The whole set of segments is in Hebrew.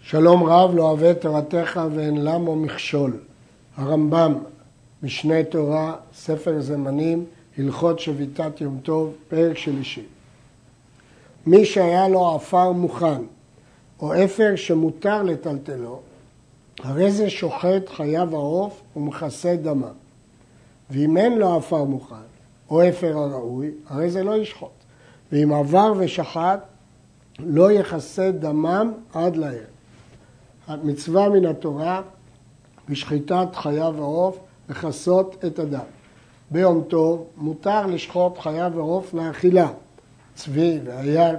שלום רב לא אוהב תורתך ואין למו מכשול. הרמב"ם, משנה תורה, ספר זמנים, הלכות שביתת יום טוב, פרק שלישי. מי שהיה לו עפר מוכן או אפר שמותר לטלטלו, הרי זה שוחט חייו העוף ומכסה דמה. ואם אין לו עפר מוכן או אפר הראוי, הרי זה לא ישחוט. ואם עבר ושחט, לא יכסה דמם עד לערב. המצווה מן התורה בשחיטת חייו העוף לכסות את הדם. ביום טוב מותר לשחוט חייו העוף לאכילה, צבי והיד,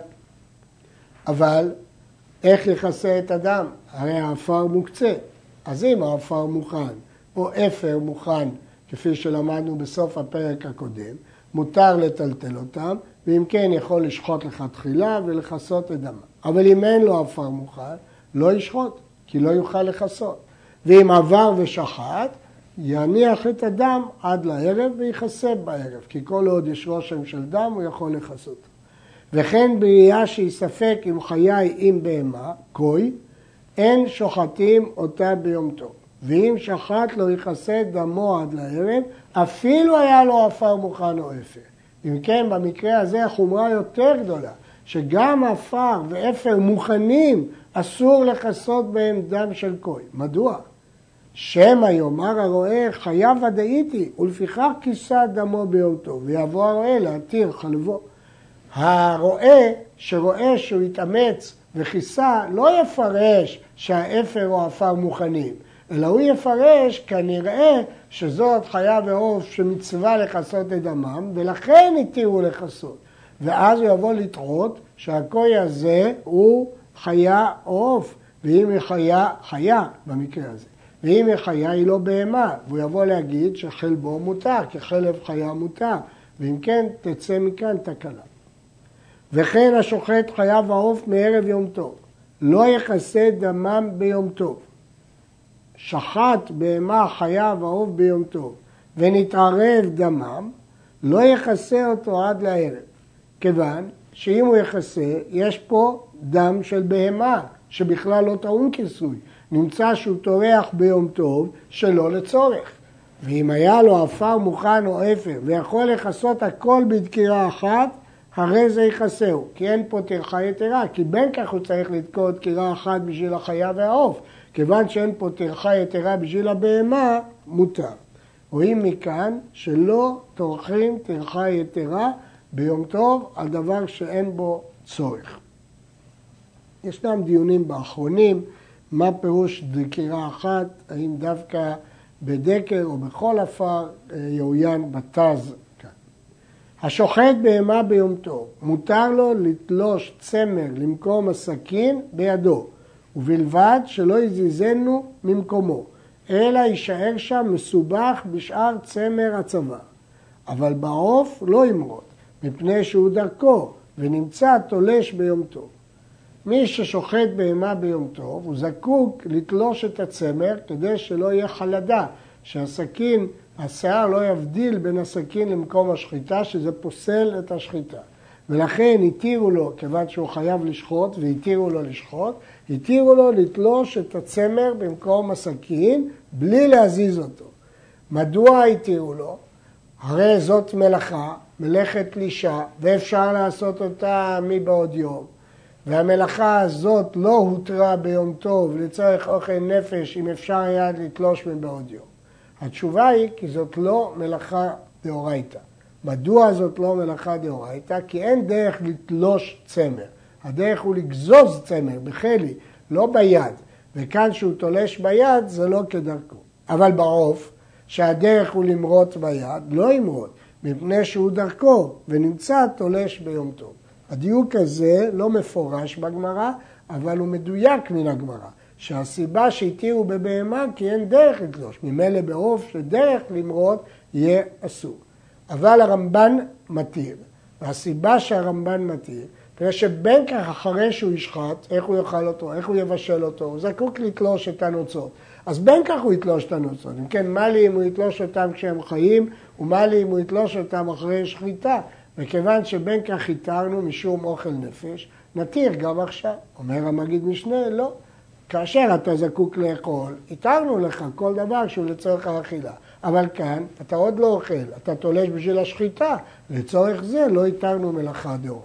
אבל איך יכסה את הדם? הרי האפר מוקצה. אז אם האפר מוכן או אפר מוכן, כפי שלמדנו בסוף הפרק הקודם, מותר לטלטל אותם, ואם כן יכול לשחוט לכתחילה ולכסות את דמה. אבל אם אין לו אפר מוכן, לא ישחוט, כי לא יוכל לכסות. ואם עבר ושחט, יניח את הדם עד לערב ויכסה בערב, כי כל עוד יש רושם של דם הוא יכול לכסות. וכן בראייה שהיא ספק אם חיי עם בהמה, קוי, אין שוחטים אותה ביום טוב. ואם שחט לא יכסה דמו עד לערב, אפילו היה לו עפר מוכן או אפר. אם כן, במקרה הזה החומרה יותר גדולה, שגם עפר ואפר מוכנים, אסור לכסות בהם דם של קוי. מדוע? שמא יאמר הרועה חייו ודאיתי, ולפיכך כיסה דמו ביום טוב, ויבוא הרועה להתיר חלבו. הרועה שרואה שהוא יתאמץ וכיסה, לא יפרש שהאפר או העפר מוכנים, אלא הוא יפרש כנראה שזאת חיה ועוף שמצווה לכסות את דמם, ולכן התירו לכסות. ואז הוא יבוא לטעות שהקוי הזה הוא חיה או עוף, ואם היא חיה במקרה הזה. ואם היא חיה היא לא בהמה, והוא יבוא להגיד שחלבו מותר, כי חלב חיה מותר, ואם כן תצא מכאן תקלה. וכן השוחט חייו העוף מערב יום טוב, לא יכסה דמם ביום טוב. שחט בהמה חיה ועוף ביום טוב, ונתערב דמם, לא יכסה אותו עד לערב. כיוון שאם הוא יכסה, יש פה דם של בהמה, שבכלל לא טעון כיסוי. נמצא שהוא טורח ביום טוב שלא לצורך. ואם היה לו עפר מוכן או אפר ויכול לכסות הכל בדקירה אחת, הרי זה יכסהו, כי אין פה טרחה יתרה, כי בין כך הוא צריך לתקוע דקירה אחת בשביל החיה והעוף. כיוון שאין פה טרחה יתרה בשביל הבהמה, מותר. רואים מכאן שלא טורחים טרחה יתרה ביום טוב על דבר שאין בו צורך. ישנם דיונים באחרונים, מה פירוש דקירה אחת, האם דווקא בדקר או בכל עפר יעוין בתז כאן. השוחט בהמה ביום טוב, מותר לו לתלוש צמר למקום הסכין בידו, ובלבד שלא יזיזנו ממקומו, אלא יישאר שם מסובך בשאר צמר הצוואר. אבל בעוף לא ימרוד, מפני שהוא דרכו ונמצא תולש ביום טוב. מי ששוחט בהמה ביום טוב, הוא זקוק לתלוש את הצמר כדי שלא יהיה חלדה, שהסכין, השיער לא יבדיל בין הסכין למקום השחיטה, שזה פוסל את השחיטה. ולכן התירו לו, כיוון שהוא חייב לשחוט, והתירו לו לשחוט, התירו לו לתלוש את הצמר במקום הסכין, בלי להזיז אותו. מדוע התירו לו? הרי זאת מלאכה, מלאכת תלישה, ואפשר לעשות אותה מבעוד יום. והמלאכה הזאת לא הותרה ביום טוב לצורך אוכל נפש, אם אפשר היה לתלוש מבעוד יום. התשובה היא כי זאת לא מלאכה דאורייתא. מדוע זאת לא מלאכה דאורייתא? כי אין דרך לתלוש צמר. הדרך הוא לגזוז צמר בחלי, לא ביד. וכאן שהוא תולש ביד זה לא כדרכו. אבל בעוף, שהדרך הוא למרוט ביד, לא ימרוט, מפני שהוא דרכו ונמצא תולש ביום טוב. הדיוק הזה לא מפורש בגמרא, אבל הוא מדויק מן הגמרא. שהסיבה שהתירו בבהמה כי אין דרך לתלוש. ממילא בעוף שדרך למרוט יהיה אסור. אבל הרמב"ן מתיר, והסיבה שהרמב"ן מתיר, כדי שבין כך אחרי שהוא ישחט, איך הוא יאכל אותו, איך הוא יבשל אותו, הוא זקוק לתלוש את הנוצות. אז בין כך הוא יתלוש את הנוצות. אם כן, מה לי אם הוא יתלוש אותם כשהם חיים, ומה לי אם הוא יתלוש אותם אחרי שחיטה. וכיוון שבין כך התרנו משום אוכל נפש, נתיר גם עכשיו. אומר המגיד משנה, לא. כאשר אתה זקוק לאכול, התרנו לך כל דבר שהוא לצורך האכילה. אבל כאן אתה עוד לא אוכל, אתה תולש בשביל השחיטה, לצורך זה לא התרנו מלאכה דאורייתא.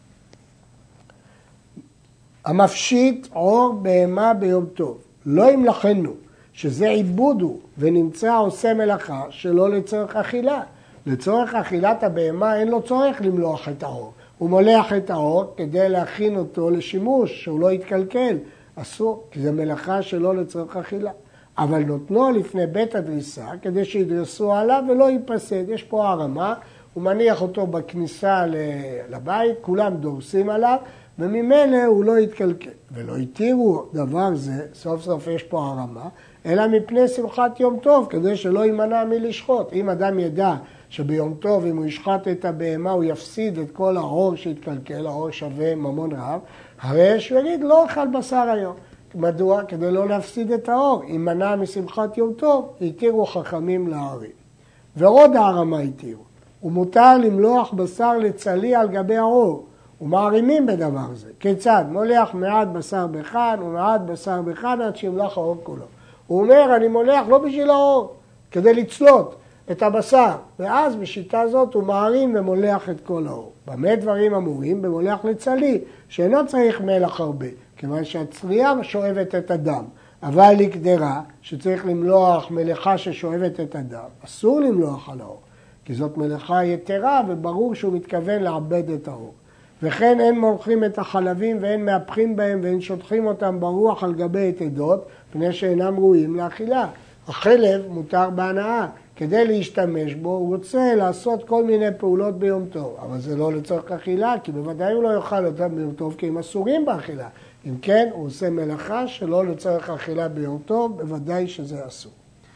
המפשיט עור בהמה ביום טוב, לא ימלכנו, שזה עיבוד הוא ונמצא עושה מלאכה שלא לצורך אכילה. לצורך אכילת הבהמה אין לו צורך למלוח את העור. הוא מולח את העור כדי להכין אותו לשימוש, שהוא לא יתקלקל. אסור, כי זה מלאכה שלא לצורך אכילה. אבל נותנו לפני בית הדריסה כדי שידרסו עליו ולא ייפסד. יש פה הרמה, הוא מניח אותו בכניסה לבית, כולם דורסים עליו, וממילא הוא לא יתקלקל. ולא התירו דבר זה, סוף סוף יש פה הרמה, אלא מפני שמחת יום טוב, כדי שלא יימנע מלשחוט. אם אדם ידע שביום טוב, אם הוא ישחט את הבהמה, הוא יפסיד את כל העור שהתקלקל, העור שווה ממון רב, הרי שהוא יגיד, לא אוכל בשר היום. מדוע? כדי לא להפסיד את העור. אם מנע משמחת יום טוב, התירו חכמים להרים. ועוד הרמה התירו. ומותר למלוח בשר לצלי על גבי העור. ומערימים בדבר זה. כיצד? מולח מעט בשר בחן ומעט בשר בחן עד שימלח העור כולו. הוא אומר, אני מולח לא בשביל העור, כדי לצלות את הבשר. ואז בשיטה זאת הוא מערים ומולח את כל העור. במה דברים אמורים? במולח לצלי, שאינו צריך מלח הרבה, כיוון שהצלייה שואבת את הדם. אבל לקדרה, שצריך למלוח מלאכה ששואבת את הדם, אסור למלוח על העור, כי זאת מלאכה יתרה וברור שהוא מתכוון לעבד את העור. וכן אין מולחים את החלבים ואין מהפכים בהם ואין שוטחים אותם ברוח על גבי יתדות, פני שאינם ראויים לאכילה. החלב מותר בהנאה. כדי להשתמש בו, הוא רוצה לעשות כל מיני פעולות ביום טוב, אבל זה לא לצורך אכילה, כי בוודאי הוא לא יאכל אותם ביום טוב, כי הם אסורים באכילה. אם כן, הוא עושה מלאכה שלא לצורך אכילה ביום טוב, בוודאי שזה אסור.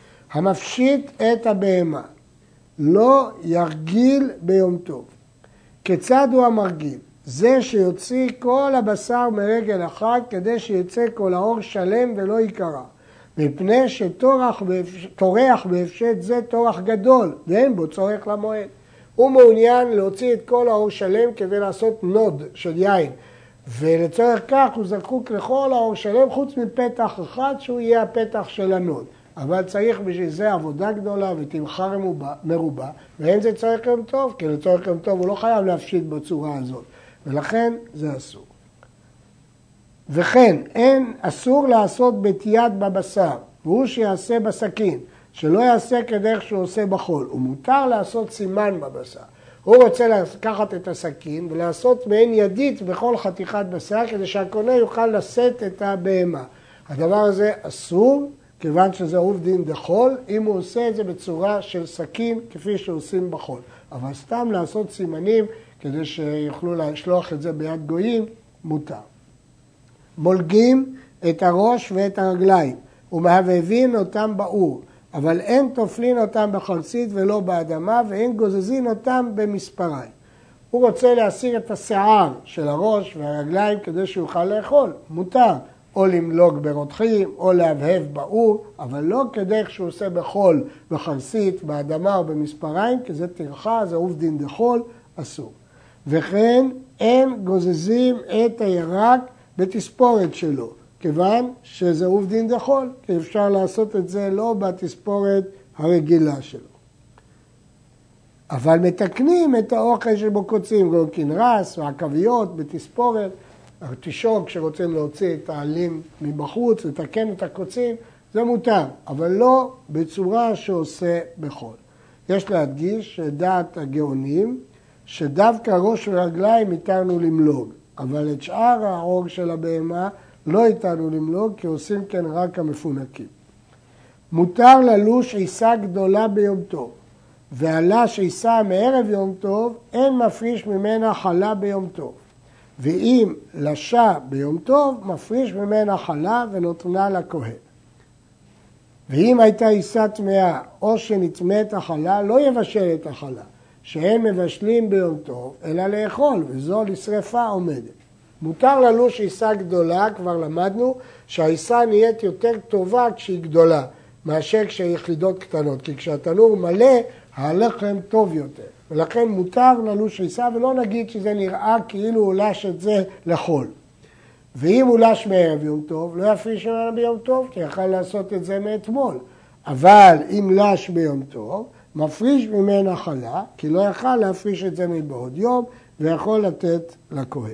המפשיט את הבהמה, לא ירגיל ביום טוב. כיצד הוא המרגיל? זה שיוציא כל הבשר מרגל אחד, כדי שיצא כל העור שלם ולא יקרע. מפני שטורח בהפשט זה טורח גדול, ואין בו צורך למועד. הוא מעוניין להוציא את כל העור שלם כדי לעשות נוד של יין, ולצורך כך הוא זקוק לכל העור שלם חוץ מפתח אחד שהוא יהיה הפתח של הנוד. אבל צריך בשביל זה עבודה גדולה ותמחר מרובה, ואין זה צורך יום טוב, כי לצורך יום טוב הוא לא חייב להפשיט בצורה הזאת, ולכן זה אסור. וכן, אסור לעשות בתיית בבשר, והוא שיעשה בסכין, שלא יעשה כדרך שהוא עושה בחול. ומותר לעשות סימן בבשר. הוא רוצה לקחת את הסכין ולעשות מעין ידית בכל חתיכת בשר, כדי שהקונה יוכל לשאת את הבהמה. הדבר הזה אסור, כיוון שזה עובדין דחול, אם הוא עושה את זה בצורה של סכין, כפי שעושים בחול. אבל סתם לעשות סימנים, כדי שיוכלו לשלוח את זה ביד גויים, מותר. מולגים את הראש ואת הרגליים, ומהבהבים אותם באור, אבל אין תופלין אותם בחרצית ולא באדמה, ואין גוזזין אותם במספריים. הוא רוצה להסיר את השיער של הראש והרגליים כדי שיוכל לאכול, מותר, או למלוג ברותחים, או להבהב באור, אבל לא כדי שהוא עושה בחול, בחרצית, באדמה או במספריים, כי זה טרחה, זה עובדין דחול, אסור. וכן אין גוזזים את הירק בתספורת שלו, כיוון שזה עובדין דחול, כי אפשר לעשות את זה לא בתספורת הרגילה שלו. אבל מתקנים את האוכל שבו קוצים, כמו כנרס או עכביות בתספורת, הרטישוק שרוצים להוציא את העלים מבחוץ, לתקן את הקוצים, זה מותר, אבל לא בצורה שעושה בחול. יש להדגיש שדעת הגאונים, שדווקא ראש ורגליים איתנו למלוג, אבל את שאר העור של הבהמה לא איתנו למלוג, כי עושים כן רק המפונקים. מותר ללוש עיסה גדולה ביום טוב, והלש עיסה מערב יום טוב, אין מפריש ממנה חלה ביום טוב. ואם לשה ביום טוב, מפריש ממנה חלה ונותנה לכהן. ואם הייתה עיסה טמאה או שנטמאת החלה, לא יבשל את החלה, שאין מבשלים ביום טוב, אלא לאכול, וזו לשרפה עומדת. מותר ללוש עיסה גדולה, כבר למדנו שהעיסה נהיית יותר טובה כשהיא גדולה, מאשר כשהיא יחידות קטנות, כי כשהתנור מלא, הלחם טוב יותר. ולכן מותר ללוש עיסה, ולא נגיד שזה נראה כאילו הוא לש את זה לחול. ואם הוא לש מערב יום טוב, לא יפריש ממנה ביום טוב, כי יכל לעשות את זה מאתמול. אבל אם לש ביום טוב, מפריש ממנה חלה, כי לא יכל להפריש את זה מבעוד יום, ויכול לתת לכהן.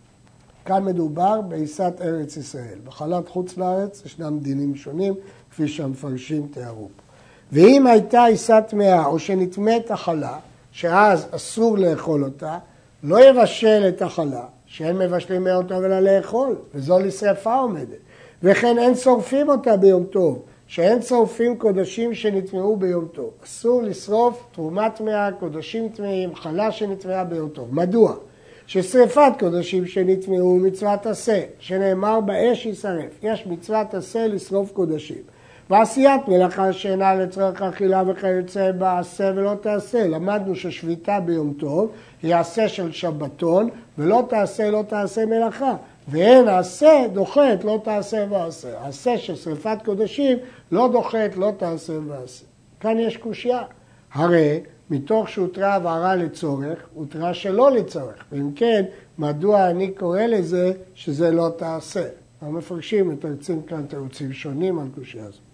כאן מדובר בעיסת ארץ ישראל. בחלת חוץ לארץ ישנם דינים שונים, כפי שהמפרשים תיארו פה. ואם הייתה עיסת טמאה או שנטמאת החלה, שאז אסור לאכול אותה, לא יבשל את החלה, שאין מבשלים מאותו אלא לאכול, וזו לשרפה עומדת. וכן אין שורפים אותה ביום טוב, שאין שורפים קודשים שנטמאו ביום טוב. אסור לשרוף תרומת טמאה, קודשים טמאים, חלה שנטמאה ביום טוב. מדוע? ששרפת קודשים שנטמאו מצוות עשה, שנאמר באש יישרף. יש מצוות עשה לשרוף קודשים. ועשיית מלאכה שאינה לצורך אכילה וכיוצא בה עשה ולא תעשה. למדנו ששביתה ביום טוב היא עשה של שבתון, ולא תעשה מלאכה. ואין עשה דוחת לא תעשה ועשה. עשה של שרפת קודשים לא דוחת לא תעשה ועשה. כאן יש קושיה. הרי מתוך שהותרה הבהרה לצורך, הותרה שלא לצורך. ואם כן, מדוע אני קורא לזה שזה לא תעשה? המפרשים מתרצים כאן תירוצים שונים על קושיה הזו.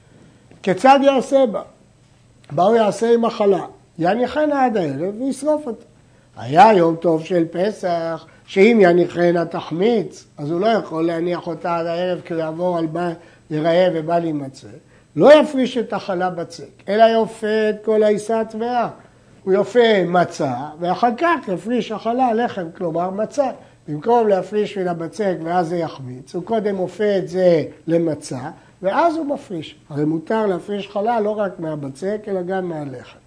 כיצד יעשה בה? בה הוא יעשה עם החלה. יניחנה עד הערב וישרוף אותה. היה יום טוב של פסח, שאם יניחנה תחמיץ, אז הוא לא יכול להניח אותה עד הערב כי יעבור על בה ייראה ובא להימצא. לא יפריש את החלה בצק, אלא יופה את כל העיסה הטמאה. הוא יופה מצה, ואחר כך יפריש החלה לחם, כלומר מצה. במקום להפריש מן הבצק ואז זה יחמיץ, הוא קודם יופה את זה למצה, ואז הוא מפריש. הרי מותר להפריש חלה לא רק מהבצק, אלא גם מהלחם.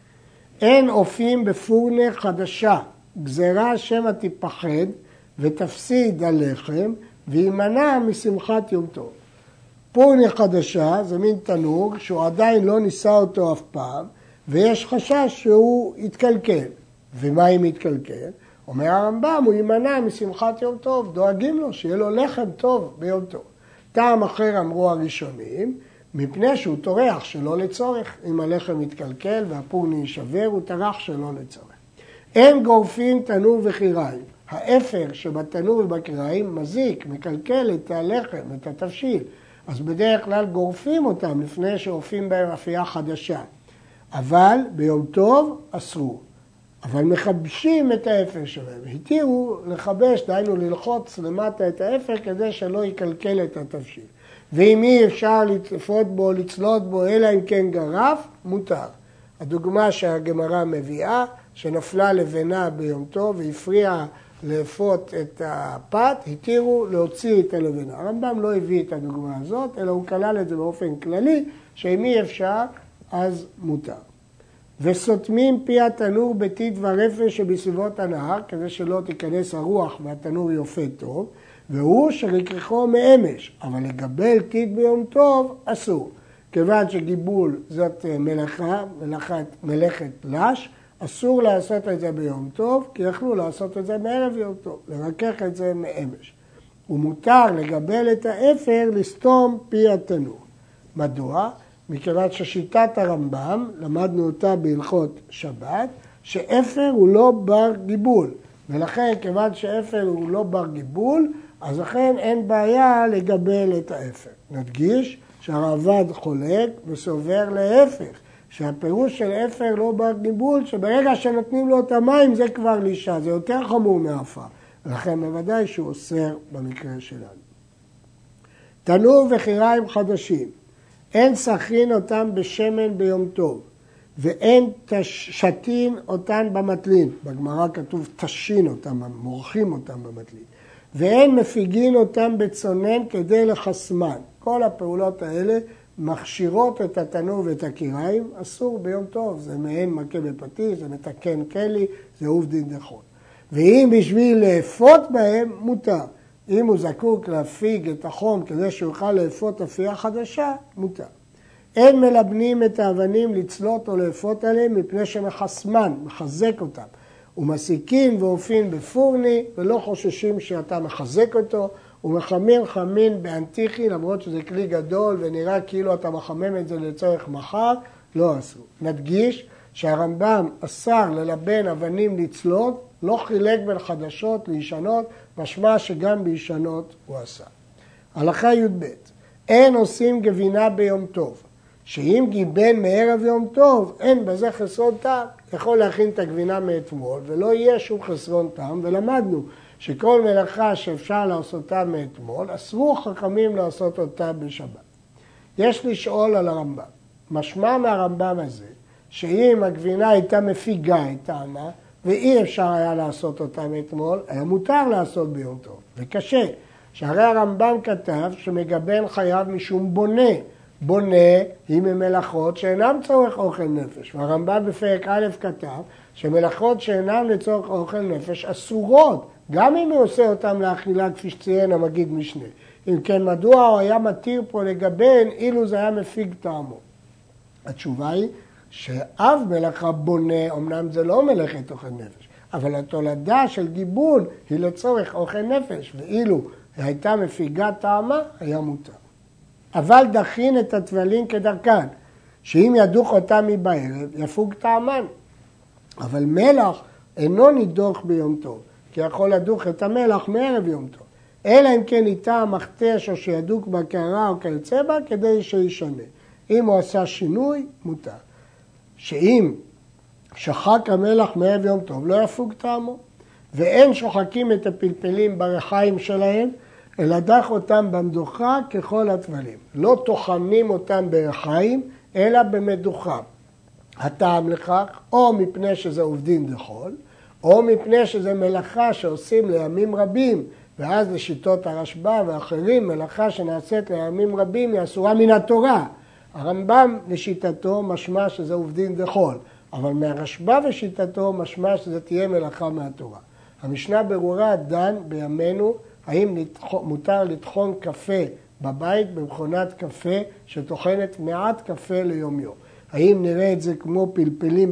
אין אופים בפורנה חדשה, גזרה שמא תיפחד ותפסיד הלחם, וימנע משמחת יום טוב. פורנה חדשה זה מין תנור שהוא עדיין לא ניסה אותו אף פעם, ויש חשש שהוא יתקלקל. ומה אם יתקלקל? אומר הרמב"ם, הוא יימנע משמחת יום טוב, דואגים לו שיהיה לו לחם טוב ביום טוב. טעם אחר אמרו הראשונים, מפני שהוא טורח שלא לצורך. אם הלחם יתקלקל והפורני יישבר, הוא טרח שלא לצורך. אין גורפים תנור וחיריים. האפר שבתנור ובקריים מזיק, מקלקל את הלחם, את התבשיל. אז בדרך כלל גורפים אותם לפני שאופים בהם אפייה חדשה. אבל ביום טוב אסרו. אבל מחבשים את האפר שלהם. התירו לחבש, דהיינו ללחוץ למטה את האפר כדי שלא יקלקל את התבשיל. ואם אי אפשר לפות בו, לצלות בו, אלא אם כן גרף, מותר. הדוגמה שהגמרא מביאה, שנפלה לבנה ביום טוב והפריעה לפות את הפת, התירו להוציא את הלבנה. הרמב"ם לא הביא את הדוגמה הזאת, אלא הוא כלל את זה באופן כללי, שאם אי אפשר, אז מותר. וסותמים פי התנור בטיט ורפש שבסביבות הנהר, כדי שלא תיכנס הרוח והתנור יופה טוב, והוא שרקחו מאמש, אבל לגבל טיט ביום טוב אסור. כיוון שגיבול זאת מלאכת לש, אסור לעשות את זה ביום טוב, כי יכלו לעשות את זה מערב יום טוב, לרכך את זה מאמש. ומותר לגבל את האפר לסתום פי התנור. מדוע? מכיוון ששיטת הרמב"ם, למדנו אותה בהלכות שבת, שאפר הוא לא בר גיבול. ולכן, כיוון שאפר הוא לא בר גיבול, אז לכן אין בעיה לגבל את האפר. נדגיש שהרעב"ד חולק וסובר להפך, שהפירוש של אפר לא בר גיבול, שברגע שנותנים לו את המים זה כבר לישה, זה יותר חמור מהעפר. ולכן בוודאי שהוא אוסר במקרה שלנו. תנור וחיריים חדשים. אין סכין אותם בשמן ביום טוב, ואין שתין אותם במטלין. בגמרא כתוב תשין אותם, מורחים אותם במטלין. ואין מפיגין אותם בצונן כדי לחסמן. כל הפעולות האלה מכשירות את התנור ואת הקיריים, אסור ביום טוב. זה מעין מכה בפטיש, זה מתקן כלי, זה עובדין דחון. ואם בשביל לאפות בהם, מותר. אם הוא זקוק להפיג את החום כדי שיוכל לאפות אפייה חדשה, מותר. אין מלבנים את האבנים לצלות או לאפות עליהם מפני שמחסמן, מחזק אותם. ומסיקים ואופים בפורני ולא חוששים שאתה מחזק אותו. ומחמיר חמין באנטיחי, למרות שזה כלי גדול ונראה כאילו אתה מחמם את זה לצורך מחר, לא אסור. נדגיש שהרמב"ם אסר ללבן אבנים לצלות, לא חילק בין חדשות לישנות, משמע שגם בישנות הוא עשה. הלכה י"ב, אין עושים גבינה ביום טוב, שאם גיבן מערב יום טוב, אין בזה חסרון טעם. יכול להכין את הגבינה מאתמול ולא יהיה שום חסרון טעם, ולמדנו שכל מלאכה שאפשר לעשותה מאתמול, אסרו חכמים לעשות אותה בשבת. יש לשאול על הרמב"ם. משמע מהרמב"ם הזה, שאם הגבינה הייתה מפיגה את טעמה, ואי אפשר היה לעשות אותה מאתמול, היה מותר לעשות ביום טוב. וקשה, שהרי הרמב"ם כתב שמגבן חייב משום בונה. בונה היא ממלאכות שאינם צורך אוכל נפש. והרמב"ם בפרק א' כתב שמלאכות שאינם לצורך אוכל נפש אסורות, גם אם הוא עושה אותם לאכילה כפי שציין המגיד משנה. אם כן, מדוע הוא היה מתיר פה לגבן אילו זה היה מפיג טעמו? התשובה היא שאב מלאכה בונה, אמנם זה לא מלאכת אוכל נפש, אבל התולדה של גיבון היא לצורך אוכל נפש, ואילו הייתה מפיגה טעמה, היה מותר. אבל דחין את הטבלין כדרכן, שאם ידוך אותם מבערב, יפוג טעמן. אבל מלח אינו נידוח ביום טוב, כי יכול לדוך את המלח מערב יום טוב. אלא אם כן איתה מכתש או שידוק בקערה או כיוצא בה, כדי שישנה. אם הוא עשה שינוי, מותר. שאם שחק המלח מערב יום טוב, לא יפוג טעמו. ואין שוחקים את הפלפלים ברחיים שלהם, אלא דח אותם במדוחה ככל הטבלים. לא טוחנים אותם ברחיים, אלא במדוחה. הטעם לכך, או מפני שזה עובדין דחול, או מפני שזה מלאכה שעושים לימים רבים, ואז לשיטות הרשב"א ואחרים, מלאכה שנעשית לימים רבים היא אסורה מן התורה. הרמב"ם לשיטתו משמע שזה עובדין דחול, אבל מהרשב"א ושיטתו משמע שזה תהיה מלאכה מהתורה. המשנה ברורה דן בימינו, האם מותר לטחון קפה בבית במכונת קפה שטוחנת מעט קפה ליום יום. האם נראה את זה כמו פלפלים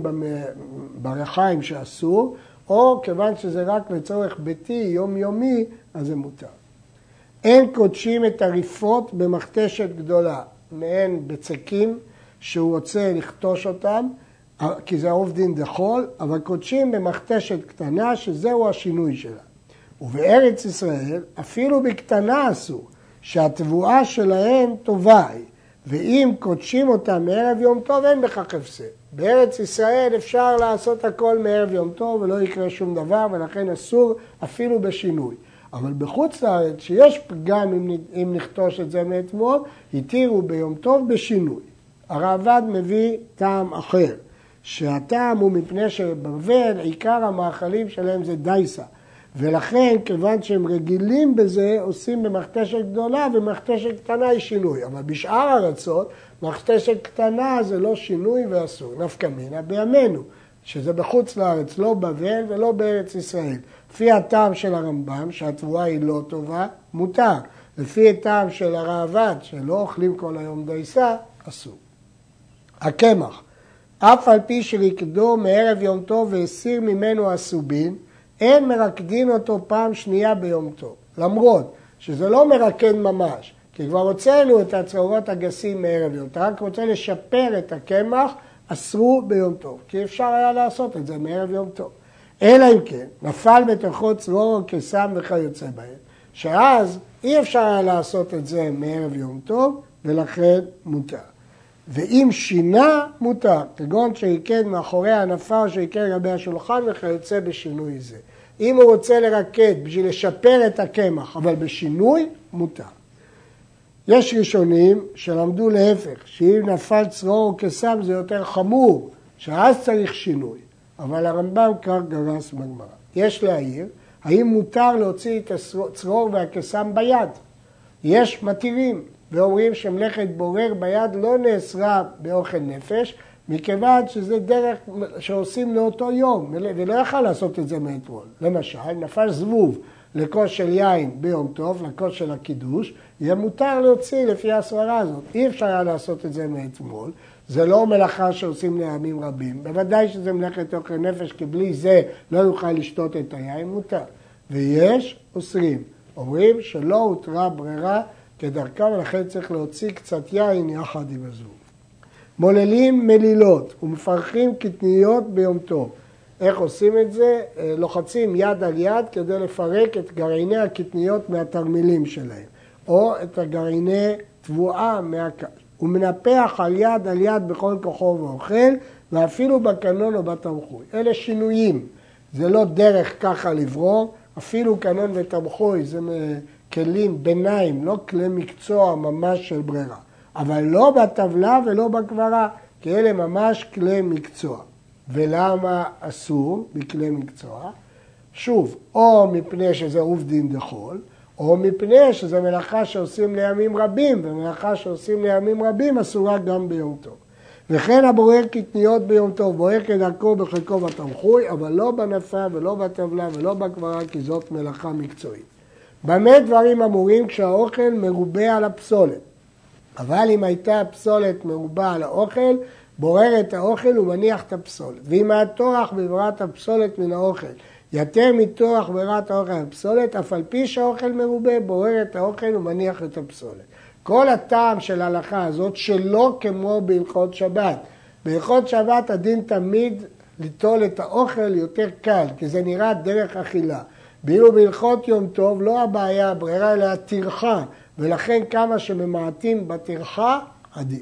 ברחיים שאסור, או כיוון שזה רק לצורך ביתי יומיומי, אז זה מותר. אין קודשים את הריפות במכתשת גדולה, מעין בצקים שהוא רוצה לכתוש אותם, כי זה עובדין דחול, אבל קודשים במכתשת קטנה שזהו השינוי שלה. ובארץ ישראל אפילו בקטנה אסור, שהתבואה שלהם טובה היא, ואם קודשים אותה מערב יום טוב אין בכך הפסד. בארץ ישראל אפשר לעשות הכל מערב יום טוב ולא יקרה שום דבר, ולכן אסור אפילו בשינוי. אבל בחוץ לארץ שיש פגם אם נכתוש את זה מאתמול, התירו ביום טוב בשינוי. הרעב"ד מביא טעם אחר, שהטעם הוא מפני שבבבל עיקר המאכלים שלהם זה דייסה. ולכן, כיוון שהם רגילים בזה, עושים במכתשת גדולה ומכתשת קטנה היא שינוי. אבל בשאר ארצות, מכתשת קטנה זה לא שינוי ואסור. נפקא מינה בימינו, שזה בחוץ לארץ, לא בבל ולא בארץ ישראל. לפי הטעם של הרמב"ם, שהתבואה היא לא טובה, מותר. לפי הטעם של הרעב"ד, שלא אוכלים כל היום דייסה, אסור. הקמח, אף על פי שרקדו מערב יום טוב והסיר ממנו הסובין, אין מרקדין אותו פעם שנייה ביום טוב. למרות שזה לא מרקד ממש, כי כבר הוצאנו את הצרורות הגסים מערב יום טוב, רק רוצה לשפר את הקמח, אסרו ביום טוב, כי אפשר היה לעשות את זה מערב יום טוב. אלא אם כן, נפל בתוכו צרור או קסם וכיוצא בהם, שאז אי אפשר היה לעשות את זה מערב יום טוב, ולכן מותר. ואם שינה, מותר, כגון שיקד מאחורי הענפה או שיקד לגבי השולחן וכיוצא בשינוי זה. אם הוא רוצה לרקד בשביל לשפר את הקמח, אבל בשינוי, מותר. יש ראשונים שלמדו להפך, שאם נפל צרור או קסם זה יותר חמור, שאז צריך שינוי. אבל הרמב"ם כך גרס בגמרא. יש להעיר, האם מותר להוציא את הצרור והקסם ביד? יש מתירים. ואומרים שמלאכת בורר ביד לא נאסרה באוכל נפש, מכיוון שזה דרך שעושים לאותו יום, ולא יכל לעשות את זה מאתמול. למשל, נפל זבוב לכוס של יין ביום טוב, לכוס של הקידוש, יהיה מותר להוציא לפי הסברה הזאת. אי אפשר היה לעשות את זה מאתמול, זה לא מלאכה שעושים לימים רבים, בוודאי שזה מלאכת אוכל נפש, כי בלי זה לא יוכל לשתות את היין, מותר. ויש אוסרים, אומרים שלא הותרה ברירה, כדרכם, ולכן צריך להוציא קצת יין יחד עם הזבוב. מוללים מלילות ומפרכים קטניות ביום טוב. איך עושים את זה? לוחצים יד על יד כדי לפרק את גרעיני הקטניות מהתרמילים שלהם, או את הגרעיני תבואה מהקש. הוא מנפח על יד בכל כוחו ואוכל, ואפילו בקנון או בתמחוי. אלה שינויים, זה לא דרך ככה לברור, אפילו קנון ותמחוי זה כלים ביניים, לא כלי מקצוע ממש של ברירה. אבל לא בטבלה ולא בקברה, כי אלה ממש כלי מקצוע. ולמה אסור בכלי מקצוע? שוב, או מפני שזה עובדין דחול, או מפני שזה מלאכה שעושים לימים רבים, ומלאכה שעושים לימים רבים אסורה גם ביום טוב. וכן הבורר קטניות ביום טוב, בורר כדרכו בחלקו בתמחוי, אבל לא בנפה ולא בטבלה ולא בקברה, כי זאת מלאכה מקצועית. במה דברים אמורים כשהאוכל מרובה על הפסולת? אבל אם הייתה הפסולת מרובה על האוכל, בורר את האוכל ומניח את הפסולת. ואם היה טורח בברירת הפסולת מן האוכל, יותר מטורח בברירת האוכל הפסולת, אף על פי שהאוכל מרובה, בורר את האוכל ומניח את הפסולת. כל הטעם של ההלכה הזאת שלא כמו בהלכות שבת. בהלכות שבת הדין תמיד ליטול את האוכל יותר קל, כי זה נראה דרך אכילה. ואילו בהלכות יום טוב לא הבעיה, הברירה אלא הטרחה, ולכן כמה שממעטים בטרחה עדיף.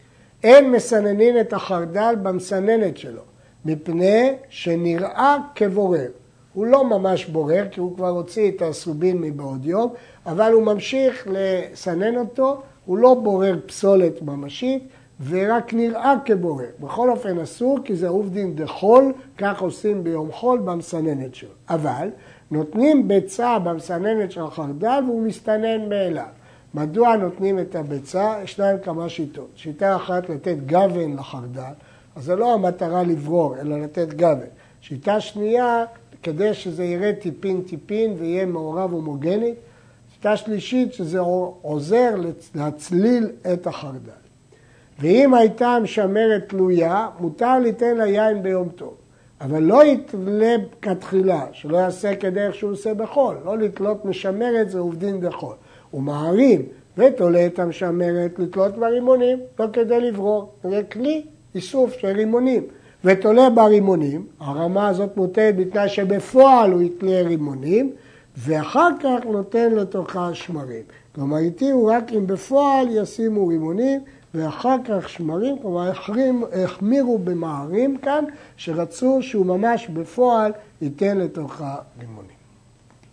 אין מסננין את החרדל במסננת שלו, מפני שנראה כבורר. הוא לא ממש בורר, כי הוא כבר הוציא את הסובין מבעוד יום, אבל הוא ממשיך לסנן אותו, הוא לא בורר פסולת ממשית, ורק נראה כבורר. בכל אופן אסור, כי זה עובדין דחול, כך עושים ביום חול במסננת שלו. אבל נותנים ביצה במסננת של החרדל, והוא מסתנן מאליו. מדוע נותנים את הביצה? יש להם כמה שיטות. שיטה אחת לתת גוון לחרדל, אז זה לא המטרה לברור, אלא לתת גוון. שיטה שנייה, כדי שזה יראה טיפין ויהיה מעורב הומוגנית. שיטה שלישית, שזה עוזר להצליל את החרדל. ואם הייתה משמרת תלויה, מותר ליתן לה יין ביום טוב. אבל לא יתלה כתחילה, שלא יעשה כדרך שהוא עושה בחול. לא לתלות משמרת, זה עובדין דחול. הוא מערים ותולה את המשמרת לתלות ברימונים, לא כדי לברור. זה כלי איסוף של רימונים. ותולה ברימונים, הרמה הזאת מוטלת בתנאי שבפועל הוא יתלה רימונים, ואחר כך נותן לתוכה שמרים. כלומר, איתי רק אם בפועל ישימו רימונים, ואחר כך שמרים, כלומר, החמירו במערים כאן, שרצו שהוא ממש בפועל ייתן לתוכה רימונים.